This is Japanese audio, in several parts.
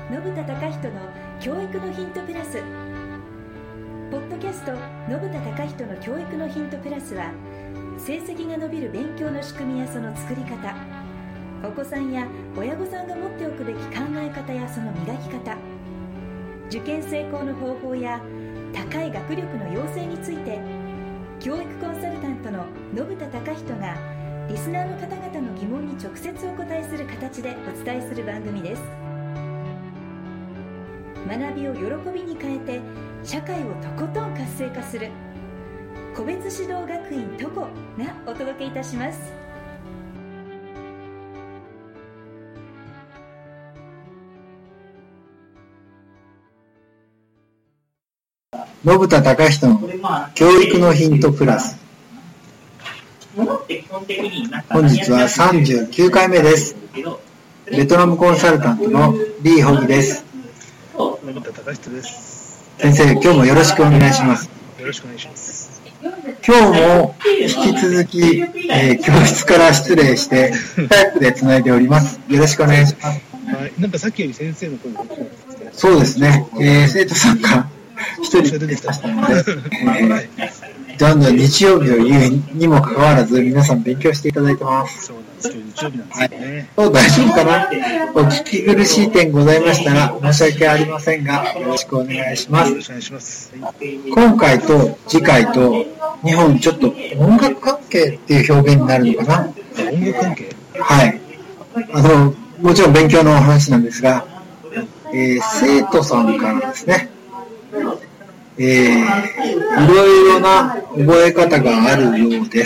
信田貴人の教育のヒントプラス。ポッドキャスト信田貴人の教育のヒントプラスは、成績が伸びる勉強の仕組みやその作り方、お子さんや親御さんが持っておくべき考え方やその磨き方、受験成功の方法や高い学力の養成について、教育コンサルタントの信田貴人がリスナーの方々の疑問に直接お答えする形でお伝えする番組です。学びを喜びに変えて社会をとことん活性化する個別指導学院トコがお届けいたします。 信田貴人の教育のヒントプラス。本日は39回目です。ベトナムコンサルタントのリー・ホギです。 信田貴人です。 先生、今日もよろしくお願いします。 よろしくお願いします。 今日も引き続き、教室から失礼してスカイプでつないでおります。よろしくお願いします。 はい、なんかさっきより先生の声が大きくなってますね。 そうですね。生徒さんが一人出てきましたので、どんどん日曜日を言うにもかかわらず皆さん勉強していただいてます。 そうなんです。今日日曜日なんですよね。 そう、大丈夫かな。お聞き苦しい点ございましたら申し訳ありませんが、よろしくお願いします。 よろしくお願いします。 今回と次回と2本ちょっと音楽関係っていう表現になるのかな。 音楽関係？ はい。もちろん勉強の話なんですが、生徒さんからですね、いろいろな覚え方があるようです。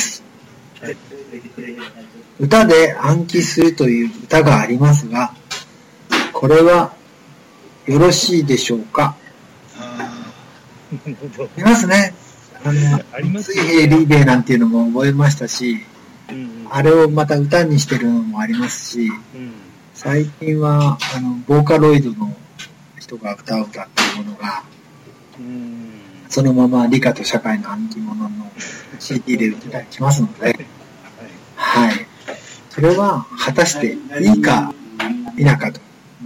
歌で暗記するという歌がありますが、これはよろしいでしょうか。ありますね。水平リーベイなんていうのも覚えましたし、あれをまた歌にしてるのもありますし、最近はボーカロイドの人が歌を歌っているものが、そのまま理科と社会の暗記物の CD で売ってたりしますので、はい。それは果たしていいか否かと、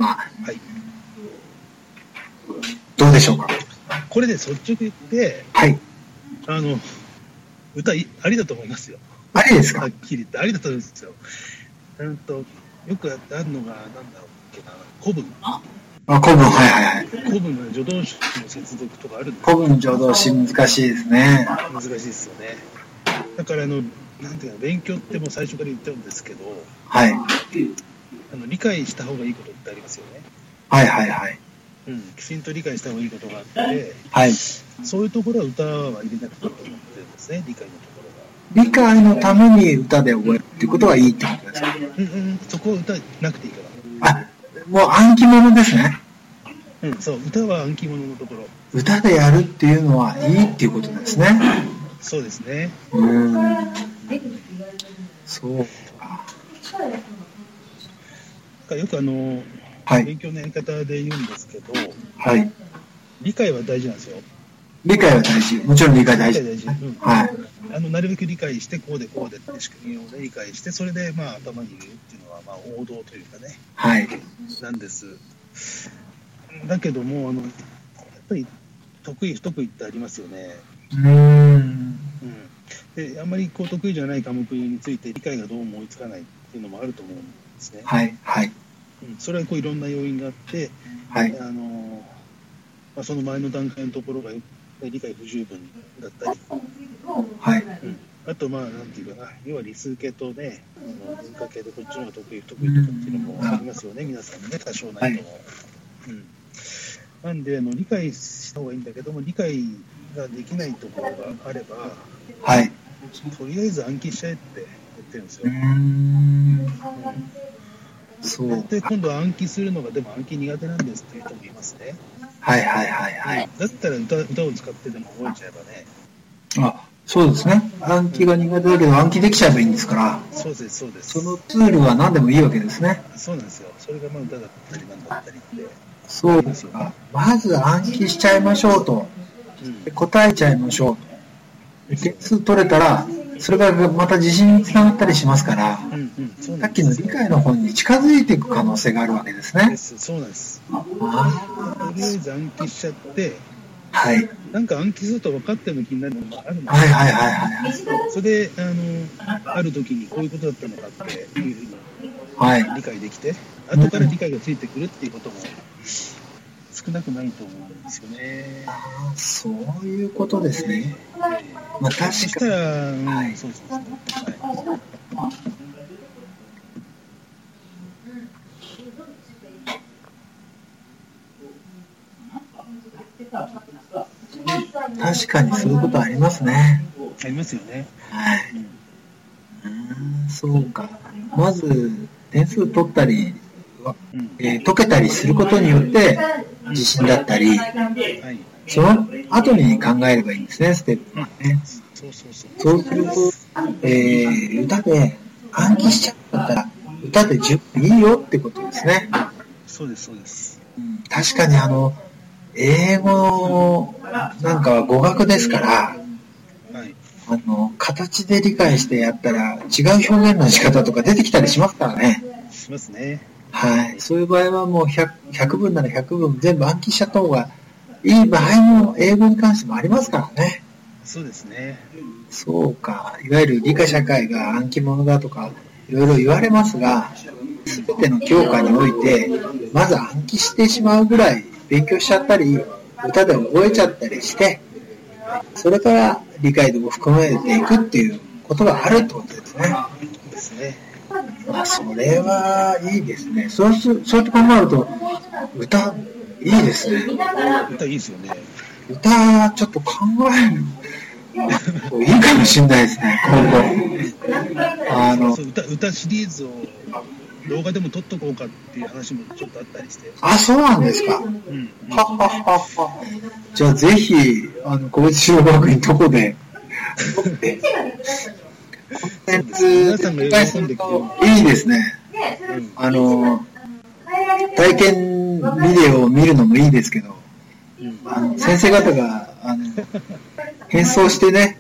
どうでしょうか。 これで率直言って、 はい。 歌ありだと思いますよ。 ありですか。 はっきり言ってありだと思うんですよ。よくあるのがなんだろうっけな、古文。 古文、はい。 古文の助動詞の接続とかあるんですか。古文助動詞難しいですね。 難しいですよね。だからなんていうか、勉強ってもう最初から言ってるんですけど、 はい。 理解した方がいいことってありますよね。 はい。 きちんと理解した方がいいことがあって、 はい。 そういうところは歌は入れなくていいと思ってるんですね、理解のところが。 理解のために歌で覚えるってことはいいってことですか。 そこは歌なくていいから。 もう暗記物ですね。 そう、歌は暗記物のところ。 歌でやるっていうのはいいっていうことですね。 そうですね。 そうか。 よく勉強のやり方で言うんですけど、はい。理解は大事なんですよ。 理解は大事。もちろん理解大事。 はい。なるべく理解してこうでって仕組みを、ね、理解してそれで頭に入れるっていうのは王道というかね。 はい。 なんです。だけどもやっぱり得意不得意ってありますよね。であんまり得意じゃない科目について理解がどうも追いつかないっていうのもあると思うんですね。 はい。 それはいろんな要因があって、はい。その前の段階のところが理解不十分だったり、 はい。 あとなんていうかな、要は理数系とね、文化系でこっちの方が得意不得意とかっていうのもありますよね、皆さんね、多少ないとも。なんで理解した方がいいんだけども、理解ができないところがあれば、 はい。 とりあえず暗記しちゃえって言ってるんですよ。 そうで今度は暗記するのがでも暗記苦手なんですっていう人もいますね。 はい。 だったら歌を使ってでも覚えちゃえばね。 そうですね。暗記が苦手だけど暗記できちゃえばいいんですから。 そうです。 そのツールは何でもいいわけですね。 そうなんですよ。それが歌だったりなんだったりって。 そうですか。まず暗記しちゃいましょうと。答えちゃいましょうと。点数取れたらそれがまた自信につながったりしますから、さっきの理解の本に近づいていく可能性があるわけですね。 そうなんです。とりあえず暗記しちゃって、 はい。 なんか暗記すると分かったような気になるのがあるので、 はいはいはいはい。 それである時にこういうことだったのかっていうふうに理解できて、後から理解がついてくるっていうことも少なくないと思うんですよね。 そういうことですね。まあ確かに。そしたら、はい、そうそうそう。はい確かにそういうことありますね。 ありますよね。 はい。そうか。まず点数取ったり、解けたりすることによって自信だったり、その後に考えればいいんですね、ステップはね。そうすると、歌で暗記しちゃったら歌で十分いいよってことですね。 そうですそうです。 確かに英語なんかは語学ですから、はい、形で理解してやったら違う表現の仕方とか出てきたりしますからね。 しますね。 はい。そういう場合はもう 100分なら100分全部暗記しちゃった方がいい場合も英語に関してもありますからね。 そうですね。 そうか。いわゆる理科社会が暗記物だとかいろいろ言われますが、すべての教科においてまず暗記してしまうぐらい勉強しちゃったり歌で覚えちゃったりしてそれから理解度を含めていくっていうことがあるってことですね。 ですね。 まあそれはいいですね。そうやって考えると歌いいですね。 歌いいですよね。 歌ちょっと考えるいいかもしれないですね。今後歌シリーズを動画でも撮っとこうかっていう話もちょっとあったりして。 あ、そうなんですか。はははは。じゃあぜひ個別指導学院のとこで撮ってコンテンツ展するといいですね。体験ビデオを見るのもいいですけど、先生方が変装してね。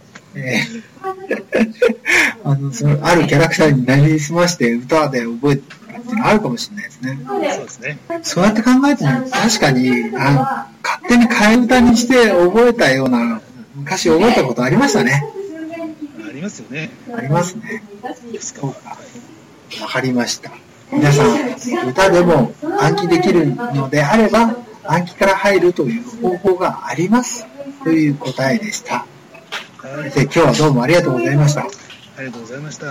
あるキャラクターになりすまして歌で覚えてるっていうのあるかもしれないですね。 そうですね。 そうやって考えても確かに勝手に替え歌にして覚えたような昔覚えたことありましたね。 ありますよね。 ありますね。そうか。わかりました。皆さん歌でも暗記できるのであれば暗記から入るという方法がありますという答えでした。今日はどうもありがとうございました。 ありがとうございました。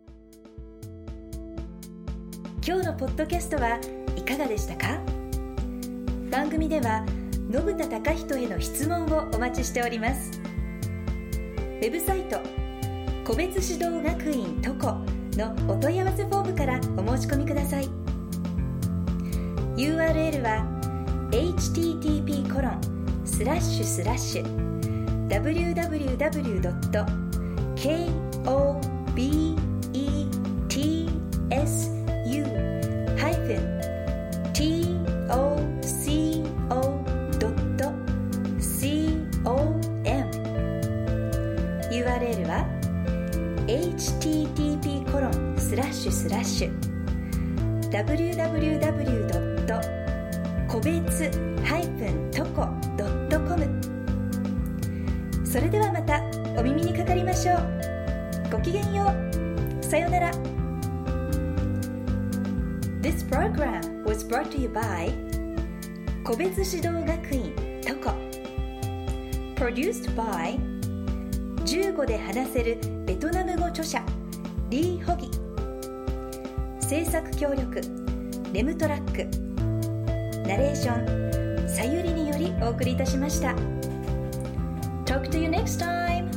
今日のポッドキャストはいかがでしたか？番組では信田貴人への質問をお待ちしております。ウェブサイト個別指導学院トコのお問い合わせフォームからお申し込みください。 URL は www.kobetsu-toco.com URL は http://www.個別-toco.com それではまたお耳にかかりましょう。ごきげんよう。さようなら。This program was brought to you by 個別指導学院トコ Produced by 15で話せるベトナム語著者リー・ホギ。制作協力レムトラック。ナレーションさゆりによりお送りいたしました。Talk to you next time.